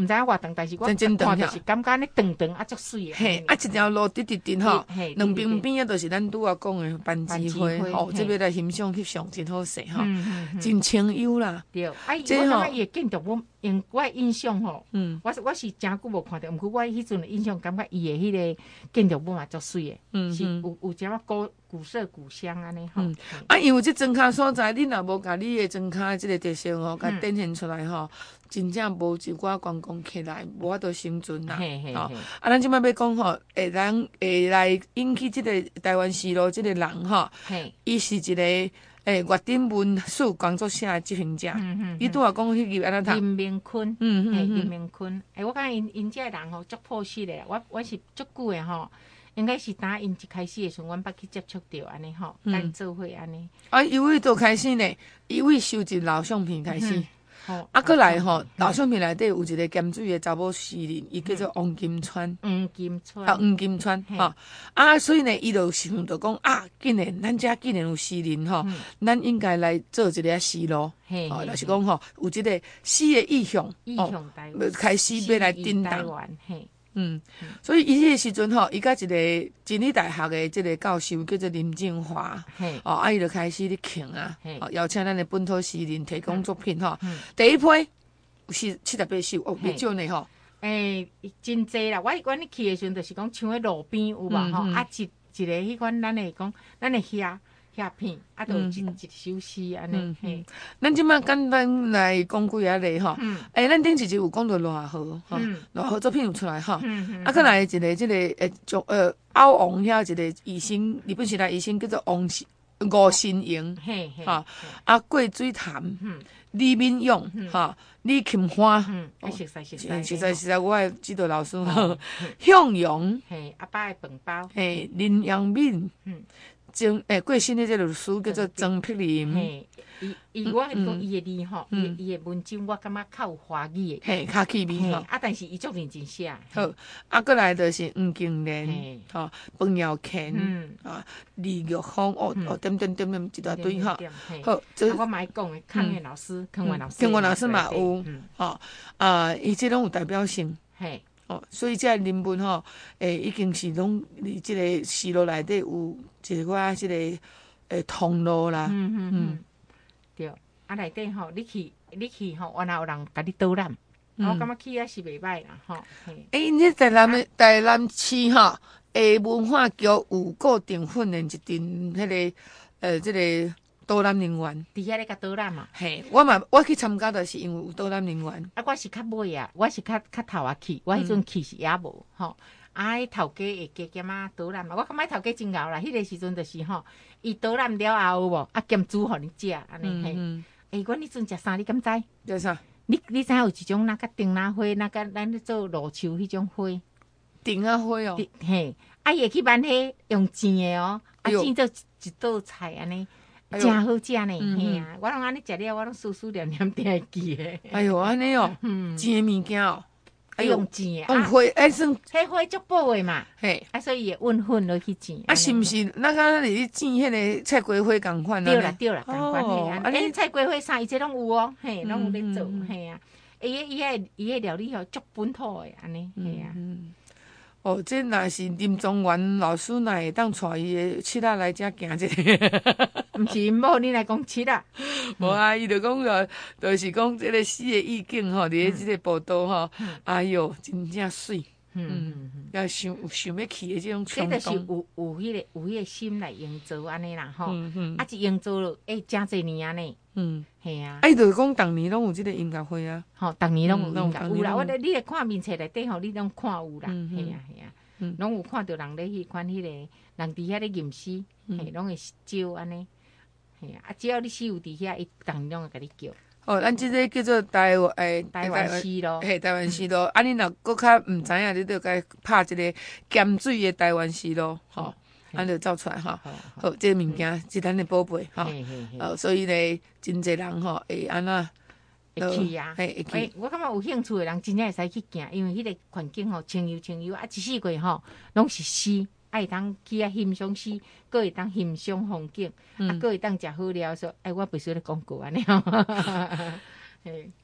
毋知影偌长，但是我真真长就是感觉安尼长长啊，足水诶。 嘿，啊，一条路直直直吼，两边边啊，就是咱拄仔讲诶班机花吼，这边来欣赏翕相真好势吼，真清幽啦。 对，啊，我感觉伊诶建筑物，因我印象吼，嗯，我我是真久无看到，毋过我迄阵诶印象感觉伊诶迄个建筑物嘛足水诶，嗯，是有有一仔古古色古香安尼吼。 啊，因为这庄脚所在，你若无甲你诶庄脚即个特色吼，甲展现出来吼。真正无一寡观光客来，无法度生存啦。吼，啊，咱即摆要讲吼，会人会来引起即个台湾西路即个人吼，伊是一个诶月顶文史工作社诶执行者。伊拄仔讲迄个安怎读？ 林明坤，嗯嗯林明坤。诶，我感觉因因遮人吼足朴实诶，我我是足久诶吼，应该是当因一开始诶时阵，阮捌去接触着安尼吼，甲因做伙安尼。 啊，伊为倒开始呢，伊为收集老相片开始。啊，过来吼，老相片内底有一个咸水的查某诗人，伊叫做王金川。 黄金川。 啊，黄金川吼。啊，所以呢，伊就想着讲啊，竟然咱遮竟然有诗人吼，咱应该来做一个诗路。哦，就是讲吼，有一个诗的意向， 意向台湾， 开始要来震动。嗯，所以伊迄个时阵吼，伊甲一个真理大学的即个教授叫做林正华，哦，啊伊就开始咧请啊，哦，邀请咱的本土诗人提供作品吼。第一批是七十八首，哦，袂少呢吼。 诶，真济啦！我我咧去的时阵，就是讲像喺路边有嘛吼，啊一一个迄款咱会讲，咱会遐。遐片啊，都有一一首诗安尼嘿。 咱即摆简单来讲几啊个吼，诶，咱顶一集有讲到赖和吼，赖和作品有出来吼，啊，再来一个即个诶，就呃，欧王遐一个医生，日本时代医生叫做王吴新英，哈，啊，过水潭，李敏勇，哈，李琴花， 熟悉熟悉， 实在实在，我诶指导老师向阳， 嘿，阿爸诶饭包， 嘿，林阳敏，嗯。曾诶，过身的这个律师叫做曾碧玲。 嘿，伊伊我讲伊的字吼，伊伊的文章我感觉较有华语的。 嘿，较气味吼。 啊，但是伊作品真写。 好，啊，过来就是黄金莲，吼，彭耀乾，啊，李玉芳，哦哦，点点点点一大堆吼。 好，这我买讲的，康元老师，康元老师， 康元老师嘛有，吼，啊，伊这拢有代表性。 嘿。 哦，所以这人文吼，诶，已经是拢伫即个西路内底有一寡即个诶通路啦。嗯嗯嗯， 对。啊，内底吼，你去你去吼，原来有人甲你导览，我感觉去也是袂歹啦，吼。 诶，你台南诶台南市吼，诶文化局有固定训练一阵迄个呃即个。导览人员， 伫遐咧甲导览嘛。 嘿，我嘛，我去参加，就是因为有导览人员。 啊，我是较尾啊，我是较较头啊去，我迄阵去是也无吼。啊，迄头家会加减啊导览嘛，我感觉头家真敖啦。迄个时阵就是吼，伊导览了后有无，啊兼煮互你食安尼嘿。诶，阮迄阵食啥？你敢知？ 食啥？ 你你知有一种那个丁仔花，那个咱咧做路球迄种花。 丁仔花哦。 嘿，啊伊会去挽迄用煎的哦，啊煎做一道菜安尼。真好食呢，嘿啊！我拢安尼食了，我拢思思念念定会记诶。 哎哟，安尼哦，煎物件哦， 哎用煎啊，用花，哎算， 迄花足补诶嘛，嘿，啊所以会混混落去煎。 啊是毋是？咱敢咧煎迄个菜瓜花共款啊？对啦对啦，共款嘿啊！哎，菜瓜花啥伊这拢有哦，嘿，拢有咧做，嘿啊！伊迄伊迄伊迄料理吼足本土诶，安尼，嘿啊。 哦，这若是林宗元老师，若会当带伊的七仔来遮行一下。 毋是某你来讲七仔， 无啊，伊就讲个，就是讲这个诗的意境吼，伫咧即个报道吼，哎哟，真正水。嗯，要想想要去的这种冲动， 这就是有有迄个有迄个心来营造安尼啦吼。啊，一营造了，诶，真侪年啊呢。嗯，系啊。啊， 伊就是讲，逐年拢有即个音乐会啊。 吼，逐年拢有音乐有啦。我咧，你咧看面册内底吼，你拢看有啦。系啊系啊，拢有看到人咧迄款迄个人伫遐咧吟诗，嘿，拢会招安尼。系啊，啊，只要你诗有伫遐，伊逐年拢会甲你叫。 哦，咱即个叫做台湾诶， 台湾诗咯， 嘿，台湾诗咯。啊，你若搁较毋知影，你著该拍一个咸水诶台湾诗咯，吼，咱就走出来吼。好，这个物件是咱诶宝贝吼。哦，所以咧，真侪人吼会安那会去啊。嘿，会去。我感觉有兴趣诶人真正会使去行，因为迄个环境吼，清幽清幽啊，一四季吼拢是诗。爱当去啊欣赏诗，搁会当欣赏风景，啊，搁会当食好料说，哎，我袂说咧广告安尼吼。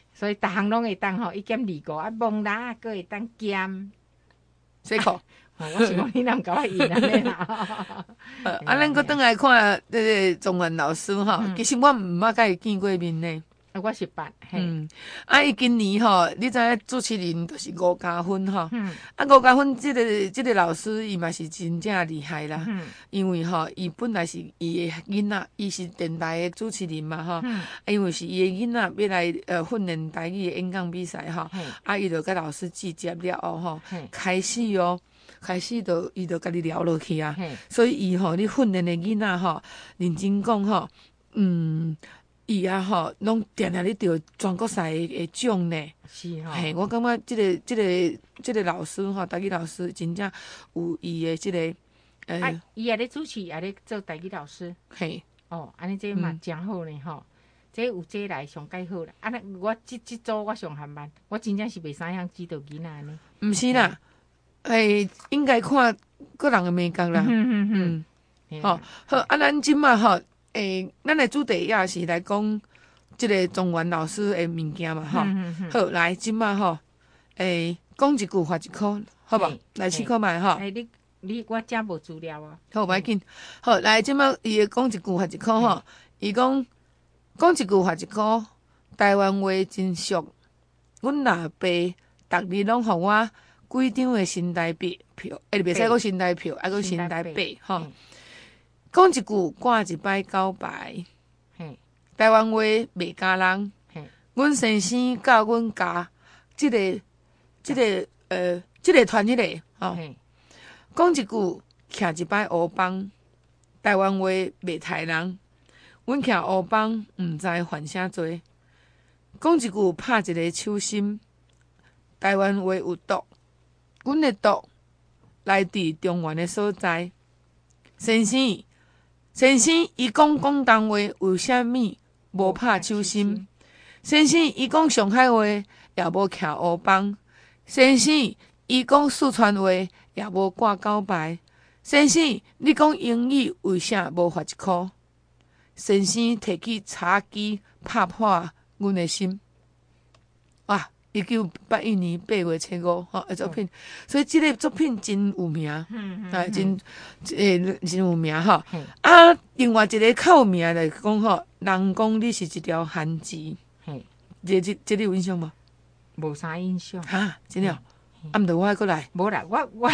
所以逐项拢会当吼，一减二五啊，蒙拉佫会当减。 辛苦。 我是讲你若毋甲我应安尼啦。 呃，啊，咱佫转来看这个宗元老师吼，嗯、其实我毋捌甲伊见过面呢。 啊，我是捌。 嗯，啊，伊今年吼，你知影主持人就是吴家芬吼。 嗯。 啊，吴家芬即、这个即、這個老師，伊嘛是真正厲害啦。嗯。因為吼，伊本來是伊的囡仔，伊是電台的主持人嘛吼。嗯。因為是伊的囡仔要來呃訓練台語的演講比賽吼。嗯。啊，伊就甲老師直接了後吼，開始哦。開始就伊就甲你聊落去啊，所以伊吼你訓練的囡仔吼，認真講吼，嗯，伊啊吼，攏定定咧得全國賽的獎呢。 是吼、哦。 嘿，我感覺即、這個即、這個即、這個老師吼，台語老師真正有伊的即、這個， 呃，啊，伊也咧主持，也咧做台語老師。 嘿。 哦，安尼這嘛真好呢吼，這有這來上介好啦。啊，我即即組我上下班，我真正是袂使向指導囡仔安尼。毋是啦。誒，應該看個人嘅美感啦。嗯嗯嗯。好，好，啊，咱即馬吼，誒，咱嘅主題也是來講即個宗元老師嘅物件嘛，吼。好，來即馬吼，誒，講一句罰一箍，好無？來試看覓吼。 誒，你你我遮無資料啊。 好，袂緊。好，來即馬伊會講一句罰一箍吼，伊講講一句罰一箍，台灣話真俗，阮老爸逐日攏互我。幾張的新台幣票，誒，袂使講新台票，還講新台幣，吼。講一句掛一擺狗牌，台灣話袂加人。阮先生教阮教，即個、即個、呃、即個團迄個，吼。講一句徛一擺烏幫，台灣話袂害人。阮徛烏幫，毋知犯啥罪。講一句拍一個手心，台灣話有毒。阮的毒來自中原的所在，先生，先生，伊講廣東話為蝦米無拍手心？先生，伊講上海話也無徛烏幫。先生，伊講四川話也無掛狗牌。先生，你講英語為啥無罰一箍？先生摕起茶几拍破阮的心，哇！一九八一年八月初五，吼，诶作品，所以即個作品真有名，啊、嗯嗯，真誒真有名吼。啊，另外一個較有名來講吼，人講你是一條漢字，這這這你有印象無？ 無啥印象。 哈，真了，啊，毋著我過來。 無啦，我我，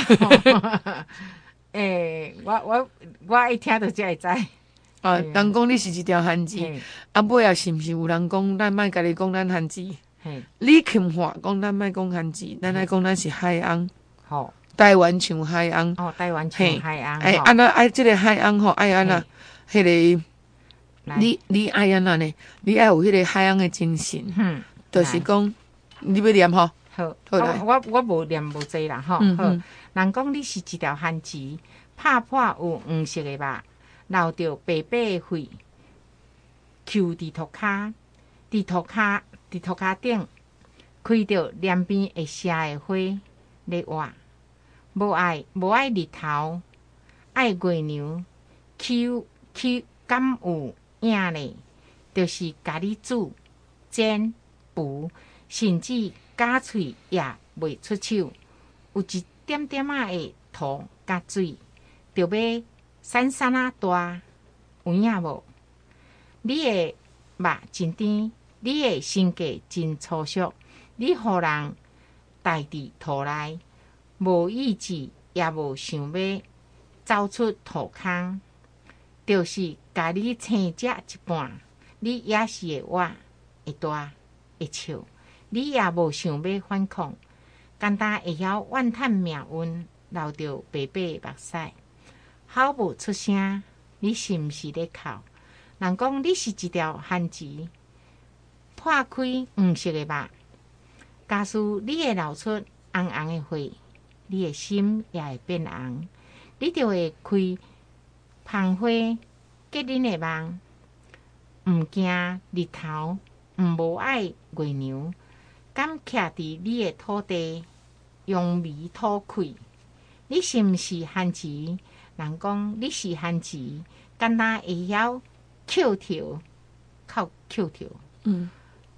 誒，我我我一聽到才會知。 啊，人講你是一條漢字，啊，尾啊是毋是有人講咱莫家己講咱漢字？李慶華講咱莫講漢字，咱來講咱是海洋。 好， 台灣像海洋。 哦，台灣像海洋。 誒，安那愛即個海洋吼，愛安那，迄個你你愛安那呢？你愛有迄個海洋的精神。嗯，就是講你要念吼。 好，好來，我我無念無濟啦吼。好，人講你是一條漢字，拍破有黃色的肉，流着白白的血，摳佇塗骹，佇塗骹。佇塗骹頂開着兩邊會射的花咧活，無愛無愛日頭，愛月娘，摳摳敢有影咧？就是家己煮煎滬，甚至假喙也袂出手，有一點點仔的土甲水，就要閃閃啊大，有影無？你的肉真甜。你的性格真粗俗，你互人帶佇土內，無意志也無想要走出土坑，就是甲你生食一半，你也是會活會大會笑，你也無想要反抗，簡單會曉怨嘆命運，流着白白的目屎，口無出聲，你是毋是咧哭？人講你是一條漢字。破開黃色的肉，假使你會流出紅紅的血，你的心也會變紅，你就會開芳花結恁的夢。毋驚日頭，毋無愛月娘，敢徛佇你的土地，用米土開。你是毋是漢字？人講你是漢字，簡單會曉扣條，靠扣條。嗯。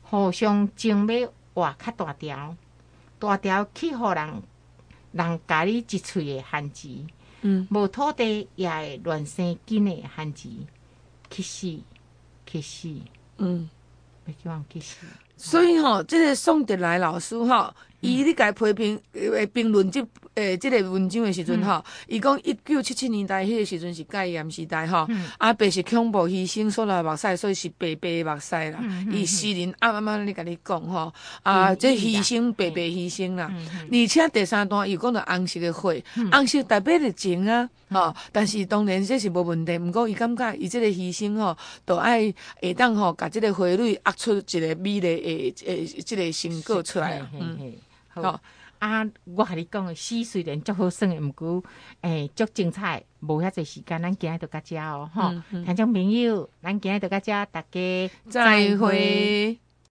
互相争要活较大条，大条去互人人家你一喙的限制，嗯，无土地也会乱生根的限制，去死去死，嗯，要叫人去死。 所以吼、哦，这个宋德来老师吼，伊咧甲批评诶评论即诶即个文章的时阵吼，伊讲一九七七年代迄个时阵是戒严时代吼，阿伯是恐怖牺牲所来目屎，所以是白白的目屎啦。伊诗人暗暗暗咧甲你讲吼，啊，这牺牲白白牺牲啦。而且第三段又讲到红色的火，红色代表着情啊，吼。但是当然这是无问题，毋过伊感觉伊即个牺牲吼，都爱会当吼，甲即个花蕊压出一个美丽诶诶，即个成果出来。嗯， 好。啊，我甲你讲的诗虽然足好耍的，毋过诶足精彩，无遐侪时间，咱今日就到遮哦，吼、嗯嗯。听众朋友，咱今日就到遮，大家再会。